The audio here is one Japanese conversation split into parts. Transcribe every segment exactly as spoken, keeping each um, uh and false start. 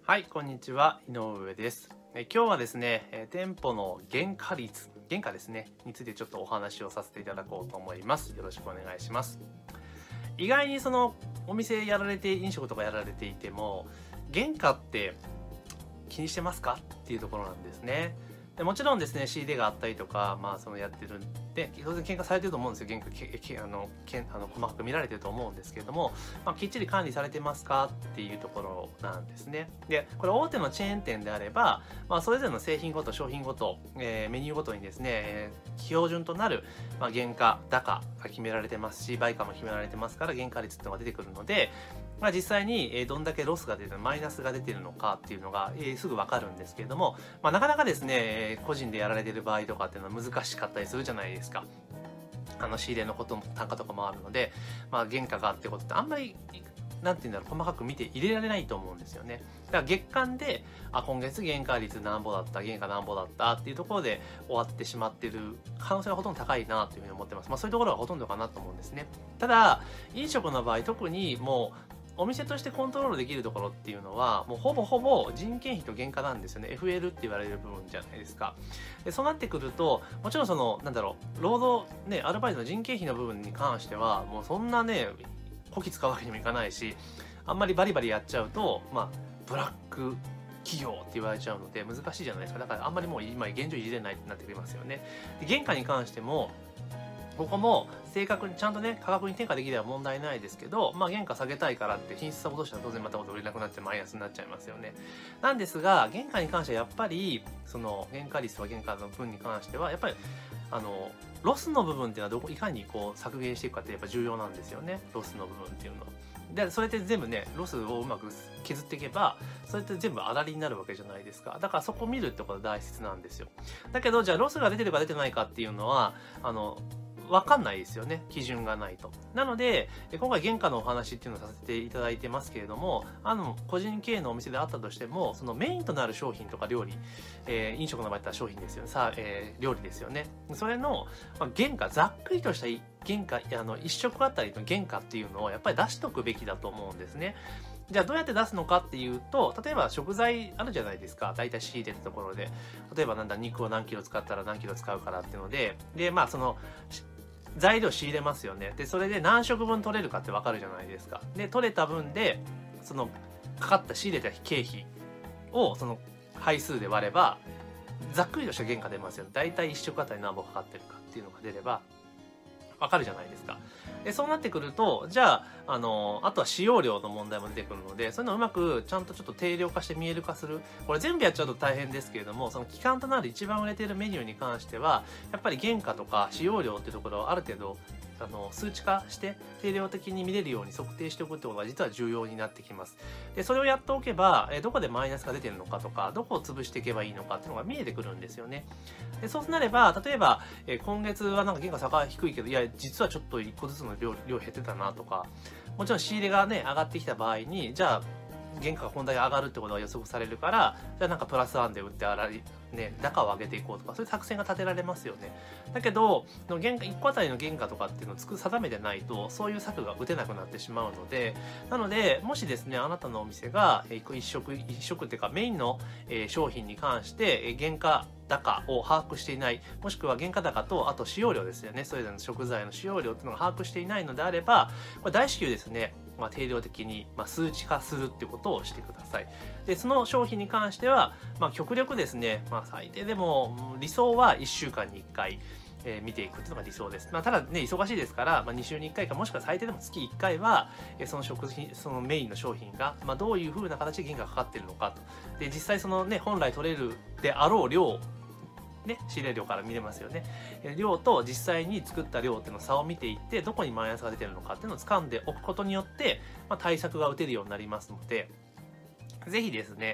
はい、こんにちは、井上です。え今日はですね、え店舗の原価率、原価ですね、についてちょっとお話をさせていただこうと思います。よろしくお願いします。意外にそのお店やられて、飲食とかやられていても、原価って気にしてますかっていうところなんですね。でもちろんですね、仕入れがあったりとか、まあそのやってるんで、当然喧嘩されてると思うんですよ。原価けけあのけあの細かく見られてると思うんですけれども、まあ、きっちり管理されてますかっていうところなんですね。で、これ大手のチェーン店であれば、まあ、それぞれの製品ごと、商品ごと、えー、メニューごとにですね、えー、標準となる、まあ、原価高が決められてますし、売価も決められてますから、原価率っていうのが出てくるので、まあ、実際にどんだけロスが出てる、マイナスが出てるのかっていうのが、えー、すぐわかるんですけれども、まあ、なかなかですね、個人でやられてる場合とかっていうのは難しかったりするじゃないですか。あの仕入れのことも単価とかもあるので、まあ、原価がってことってあんまりなんていうんだろう、細かく見て入れられないと思うんですよね。だから月間で、あ、今月原価率なんぼだった、原価なんぼだったっていうところで終わってしまってる可能性がほとんど高いなというふうに思ってます。まあそういうところがほとんどかなと思うんですね。ただ、飲食の場合、特にもう、お店としてコントロールできるところっていうのは、もうほぼほぼ人件費と原価なんですよね。エフエル って言われる部分じゃないですか。で、そうなってくると、もちろんその、なんだろう、労働、ね、アルバイトの人件費の部分に関しては、もうそんなね、こき使うわけにもいかないし、あんまりバリバリやっちゃうと、まあ、ブラック企業って言われちゃうので難しいじゃないですか。だからあんまりもう今現状いじれないってなってきますよね。で、原価に関しても、ここも正確にちゃんとね価格に転嫁できれば問題ないですけど、まあ原価下げたいからって品質差落としたら当然また売れなくなってマイナスになっちゃいますよね。なんですが原価に関してはやっぱりその原価率とか原価の分に関してはやっぱりあのロスの部分っていうのはどこいかにこう削減していくかってやっぱ重要なんですよね。ロスの部分っていうのは。でそれって全部ねロスをうまく削っていけばそれって全部あらりになるわけじゃないですか。だからそこを見るってことが大切なんですよ。だけどじゃあロスが出てるか出てないかっていうのはあの分かんないですよね。基準がないと。なので、今回原価のお話っていうのをさせていただいてますけれども、あの、個人経営のお店であったとしても、そのメインとなる商品とか料理、えー、飲食の場合だったら商品ですよね。さあ、えー、料理ですよね。それの、まあ、原価、ざっくりとした原価、あの、一食あたりの原価っていうのをやっぱり出しとくべきだと思うんですね。じゃあどうやって出すのかっていうと、例えば食材あるじゃないですか。大体仕入れたところで。例えばなんだ、肉を何キロ使ったら何キロ使うからっていうので、で、まあその、材料仕入れますよね。で、それで何食分取れるかってわかるじゃないですか。で、取れた分で、その、かかった仕入れた経費を、その、配数で割れば、ざっくりとした原価出ますよね。だいたいいっ食あたり何本かかってるかっていうのが出れば、わかるじゃないですか。で、そうなってくると、じゃあ、あの、あとは使用量の問題も出てくるので、そういうのをうまくちゃんとちょっと定量化して見える化する。これ全部やっちゃうと大変ですけれども、その基幹となる一番売れているメニューに関しては、やっぱり原価とか使用量っていうところをある程度、あの、数値化して定量的に見れるように測定しておくってことが実は重要になってきます。で、それをやっておけば、えどこでマイナスが出てるのかとか、どこを潰していけばいいのかっていうのが見えてくるんですよね。で、そうなれば、例えば、え今月はなんか原価差が低いけど、いや、実はちょっといっこずつの量、量減ってたなとか、もちろん仕入れがね、上がってきた場合に、じゃあ、原価がこんだけ上がるってことが予測されるから、じゃあなんかプラスワンで売ってあらり、ね、高を上げていこうとか、そういう作戦が立てられますよね。だけど、原価、いっこあたりの原価とかっていうのをつく定めてないと、そういう策が打てなくなってしまうので、なので、もしですね、あなたのお店が、一食、一食っていうかメインの商品に関して、原価、高を把握していない、もしくは原価高と、あと使用量ですよね。それぞれの食材の使用量っていうのが把握していないのであれば、これ大至急ですね、まあ、定量的に、まあ、数値化するっていうことをしてください。で、その商品に関しては、まあ、極力ですね、まあ、最低でも、理想はいっしゅうかんにいっかい、えー、見ていくっていうのが理想です。まあ、ただね、忙しいですから、まあ、に週にいっかいか、もしくは最低でも月いっかいは、えー、その食品、そのメインの商品が、まあ、どういう風な形で原価がかかっているのかと。で、実際そのね、本来取れるであろう量、ね、仕入れ量から見れますよね。量と実際に作った量っていうの差を見ていって、どこにマイナスが出てるのかっていうのを掴んでおくことによって、まあ、対策が打てるようになりますので、ぜひですね、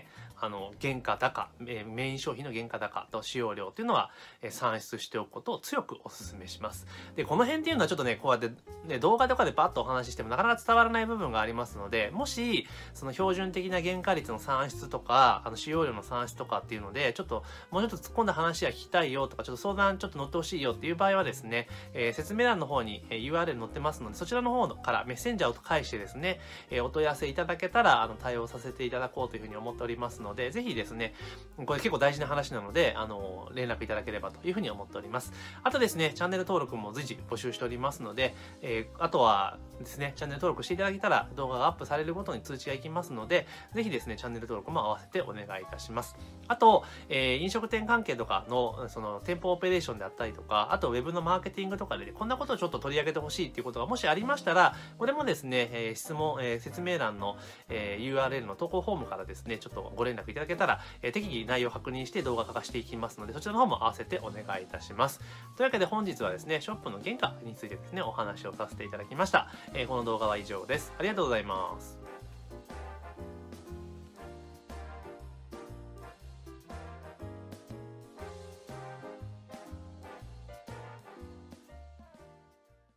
あの原価高、えメイン商品の原価高と使用量っていうのは、え算出しておくことを強くお勧めします。でこの辺っていうのはちょっとねこうやって、ね、動画とかでパッとお話ししてもなかなか伝わらない部分がありますので、もしその標準的な原価率の算出とかあの使用量の算出とかっていうのでちょっともうちょっと突っ込んだ話が聞きたいよとか、ちょっと相談ちょっと乗ってほしいよっていう場合はですね、えー、説明欄の方に ユーアールエル 載ってますので、そちらの方からメッセンジャーを介してですね、えー、お問い合わせいただけたらあの対応させていただこうというふうに思っておりますので、ぜひですね、これ結構大事な話なので、あの連絡いただければというふうに思っております。あとですね、チャンネル登録も随時募集しておりますので、えー、あとはですね、チャンネル登録していただけたら動画がアップされるごとに通知がいきますので、ぜひですね、チャンネル登録も合わせてお願いいたします。あと、えー、飲食店関係とかのその店舗オペレーションであったりとか、あとウェブのマーケティングとかで、ね、こんなことをちょっと取り上げてほしいっていうことがもしありましたら、これもですね、えー、質問、えー、説明欄の、えー、ユーアールエル の投稿フォームからですね、ちょっとご連絡いただけたら、えー、適宜内容を確認して動画化していきますので、そちらの方も合わせてお願いいたします。というわけで本日はですね、ショップの原価についてですね、お話をさせていただきました。えー、この動画は以上です。ありがとうございます。